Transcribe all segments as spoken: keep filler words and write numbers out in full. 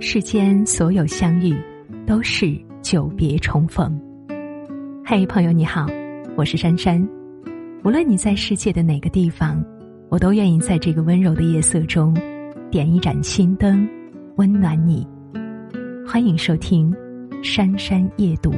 世间所有相遇，都是久别重逢。嘿，朋友你好，我是珊珊。无论你在世界的哪个地方，我都愿意在这个温柔的夜色中，点一盏心灯，温暖你。欢迎收听珊珊夜读。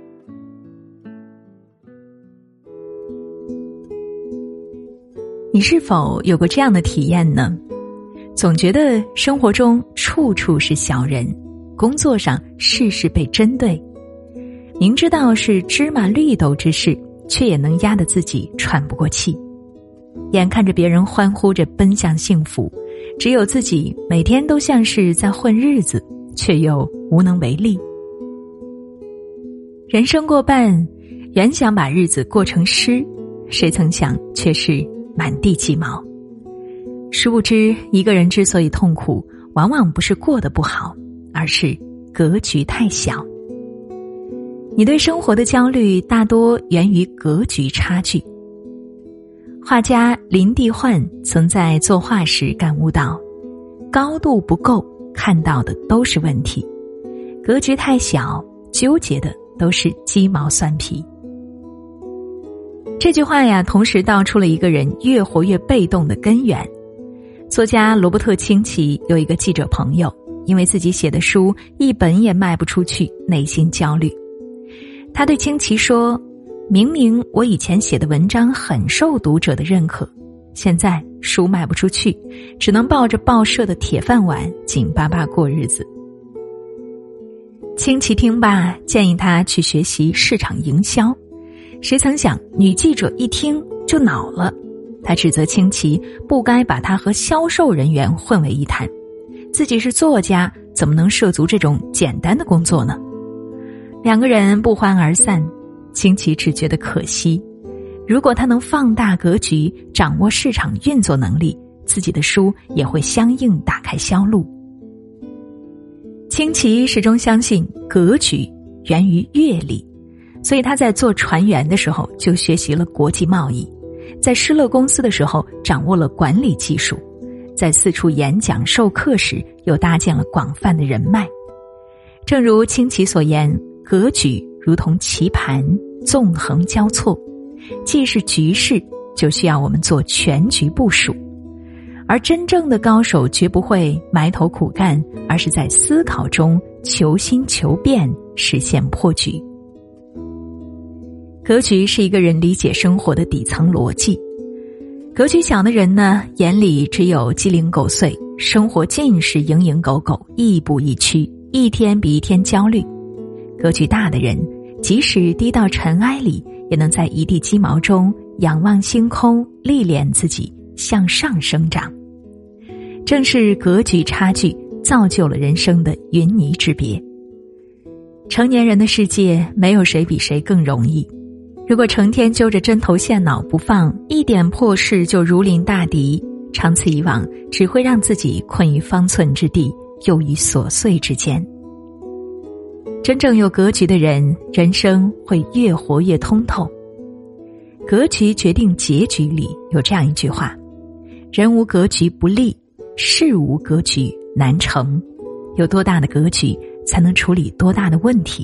你是否有过这样的体验呢？总觉得生活中处处是小人，工作上事事被针对，明知道是芝麻绿豆之事，却也能压得自己喘不过气。眼看着别人欢呼着奔向幸福，只有自己每天都像是在混日子，却又无能为力。人生过半，原想把日子过成诗，谁曾想却是满地鸡毛。殊不知，一个人之所以痛苦，往往不是过得不好，而是格局太小。你对生活的焦虑大多源于格局差距。画家林地焕曾在作画时感悟到，高度不够，看到的都是问题；格局太小，纠结的都是鸡毛蒜皮。这句话呀，同时道出了一个人越活越被动的根源。作家罗伯特清崎有一个记者朋友，因为自己写的书一本也卖不出去，内心焦虑。他对清崎说，明明我以前写的文章很受读者的认可，现在书卖不出去，只能抱着报社的铁饭碗紧巴巴过日子。清崎听罢，建议他去学习市场营销。谁曾想女记者一听就恼了，他指责清崎不该把他和销售人员混为一谈，自己是作家，怎么能涉足这种简单的工作呢？两个人不欢而散。清崎只觉得可惜，如果他能放大格局，掌握市场运作能力，自己的书也会相应打开销路。清崎始终相信格局源于阅历，所以他在做船员的时候就学习了国际贸易，在施乐公司的时候掌握了管理技术，在四处演讲授课时又搭建了广泛的人脉。正如清崎所言，格局如同棋盘，纵横交错，既是局势，就需要我们做全局部署。而真正的高手绝不会埋头苦干，而是在思考中求新求变，实现破局。格局是一个人理解生活的底层逻辑。格局小的人呢，眼里只有鸡零狗碎，生活尽是蝇营狗苟，亦步亦趋，一天比一天焦虑。格局大的人，即使低到尘埃里，也能在一地鸡毛中仰望星空，历练自己向上生长。正是格局差距，造就了人生的云泥之别。成年人的世界，没有谁比谁更容易。如果成天揪着针头线脑不放，一点破事就如临大敌，长此以往，只会让自己困于方寸之地，囿于琐碎之间。真正有格局的人，人生会越活越通透。格局决定结局里有这样一句话，人无格局不立，事无格局难成。有多大的格局，才能处理多大的问题。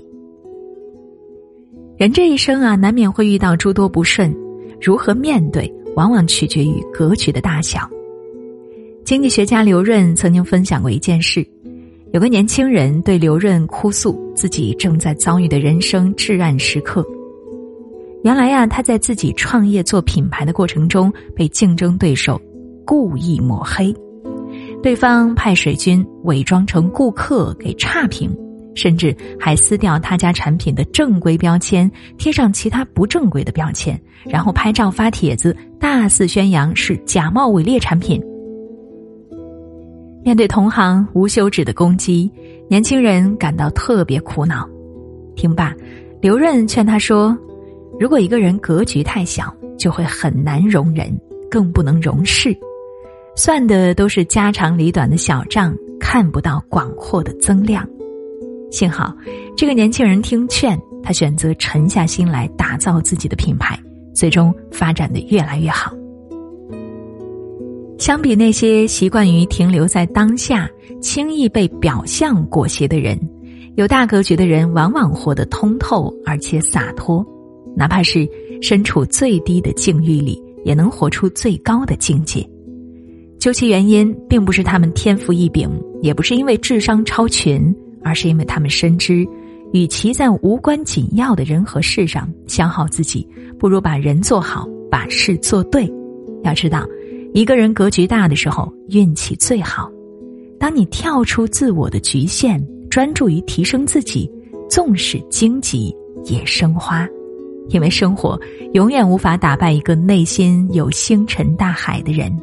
人这一生啊，难免会遇到诸多不顺，如何面对，往往取决于格局的大小。经济学家刘润曾经分享过一件事，有个年轻人对刘润哭诉自己正在遭遇的人生至暗时刻。原来啊，他在自己创业做品牌的过程中，被竞争对手故意抹黑，对方派水军伪装成顾客给差评，甚至还撕掉他家产品的正规标签，贴上其他不正规的标签，然后拍照发帖子，大肆宣扬是假冒伪劣产品。面对同行无休止的攻击，年轻人感到特别苦恼。听罢，刘润劝他说，如果一个人格局太小，就会很难容人，更不能容事，算的都是家长里短的小账，看不到广阔的增量。幸好这个年轻人听劝，他选择沉下心来打造自己的品牌，最终发展得越来越好。 相比那些习惯于停留在当下、轻易被表象裹挟的人，有大格局的人往往活得通透而且洒脱，哪怕是身处最低的境遇里，也能活出最高的境界。究其原因，并不是他们天赋异禀，也不是因为智商超群，而是因为他们深知，与其在无关紧要的人和事上消耗自己，不如把人做好，把事做对。要知道，一个人格局大的时候，运气最好。当你跳出自我的局限，专注于提升自己，纵使荆棘也生花。因为生活永远无法打败一个内心有星辰大海的人。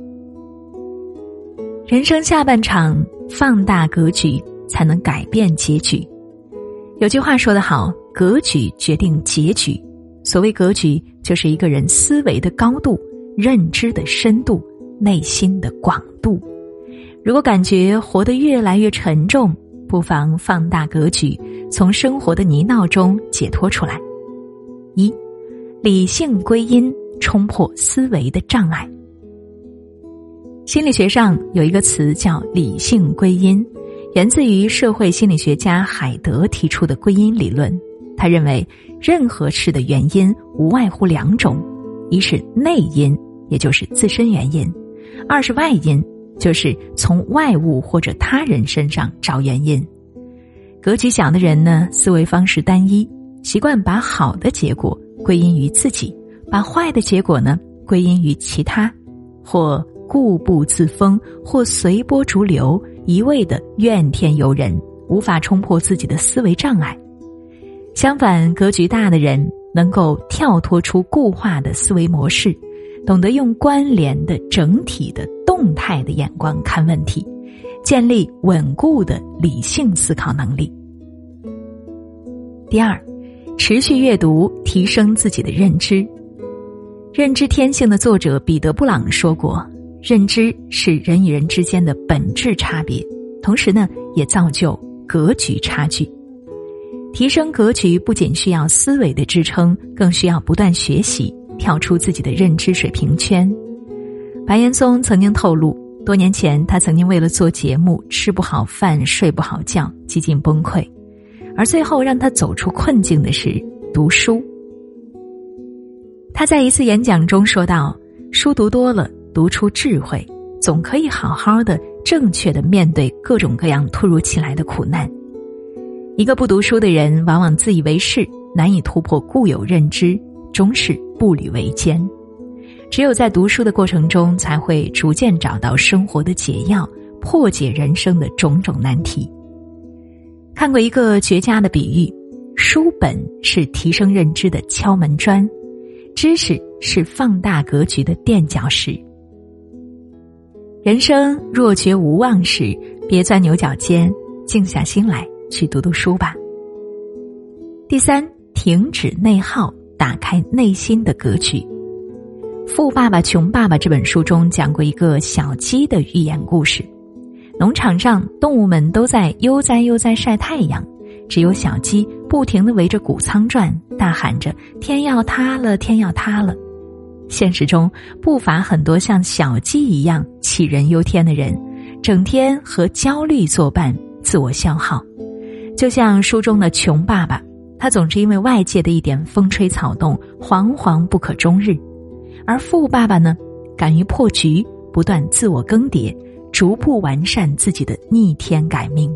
人生下半场，放大格局才能改变结局。有句话说得好，格局决定结局。所谓格局，就是一个人思维的高度、认知的深度、内心的广度。如果感觉活得越来越沉重，不妨放大格局，从生活的泥淖中解脱出来。一、理性归因，冲破思维的障碍。心理学上有一个词叫理性归因，源自于社会心理学家海德提出的归因理论。他认为任何事的原因无外乎两种，一是内因，也就是自身原因；二是外因，就是从外物或者他人身上找原因。格局小的人呢，思维方式单一，习惯把好的结果归因于自己，把坏的结果呢归因于其他，或固步自封，或随波逐流，一味的怨天尤人，无法冲破自己的思维障碍。相反，格局大的人能够跳脱出固化的思维模式，懂得用关联的、整体的、动态的眼光看问题，建立稳固的理性思考能力。第二，持续阅读，提升自己的认知。认知天性的作者彼得·布朗说过，认知是人与人之间的本质差别，同时呢，也造就格局差距。提升格局不仅需要思维的支撑，更需要不断学习，跳出自己的认知水平圈。白岩松曾经透露，多年前他曾经为了做节目吃不好饭睡不好觉，几近崩溃，而最后让他走出困境的是读书。他在一次演讲中说道，书读多了，读出智慧，总可以好好的正确的面对各种各样突如其来的苦难。一个不读书的人往往自以为是，难以突破固有认知，终是步履维艰。只有在读书的过程中，才会逐渐找到生活的解药，破解人生的种种难题。看过一个绝佳的比喻，书本是提升认知的敲门砖，知识是放大格局的垫脚石。人生若觉无望时，别钻牛角尖，静下心来去读读书吧。第三，停止内耗，打开内心的格局。《富爸爸穷爸爸》这本书中讲过一个小鸡的寓言故事。农场上动物们都在悠哉悠哉晒太阳，只有小鸡不停地围着谷仓转，大喊着天要塌了，天要塌了。现实中不乏很多像小鸡一样杞人忧天的人，整天和焦虑作伴，自我消耗。就像书中的穷爸爸，他总是因为外界的一点风吹草动，惶惶不可终日。而富爸爸呢，敢于破局，不断自我更迭，逐步完善自己的逆天改命。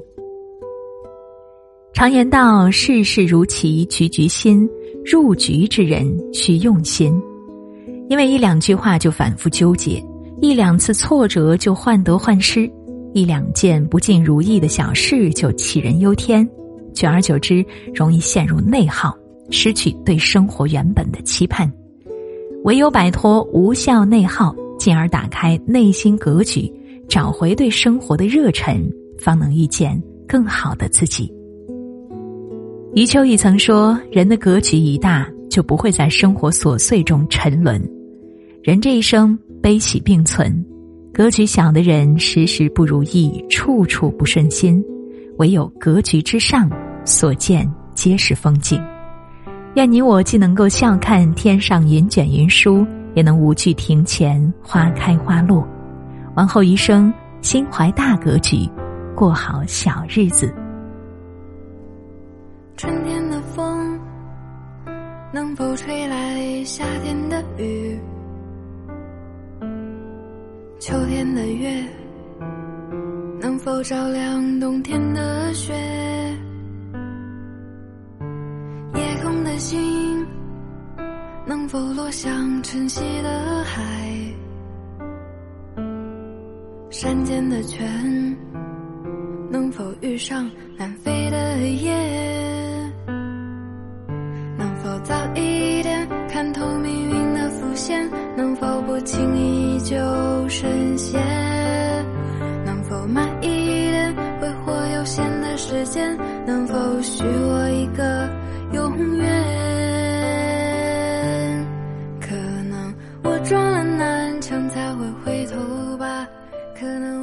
常言道，事事如棋局局新，入局之人需用心。因为一两句话就反复纠结，一两次挫折就患得患失，一两件不尽如意的小事就杞人忧天，久而久之容易陷入内耗，失去对生活原本的期盼。唯有摆脱无效内耗，进而打开内心格局，找回对生活的热忱，方能遇见更好的自己。余秋雨曾说，人的格局一大，就不会在生活琐碎中沉沦。人这一生悲喜并存，格局小的人时时不如意，处处不顺心，唯有格局之上，所见皆是风景。愿你我既能够笑看天上云卷云舒，也能无惧庭前花开花落， 往后余生，心怀大格局，过好小日子。 春天的风能否吹来夏天的雨？秋天的月能否照亮冬天的雪？夜空的星能否落向晨曦的海？山间的泉能否遇上南飞的雁？能否早一点看透命运的伏线？能否不轻易就深陷？能否慢一点挥霍有限的时间？能否许我一个永远？可能我撞了南墙才会回头吧，可能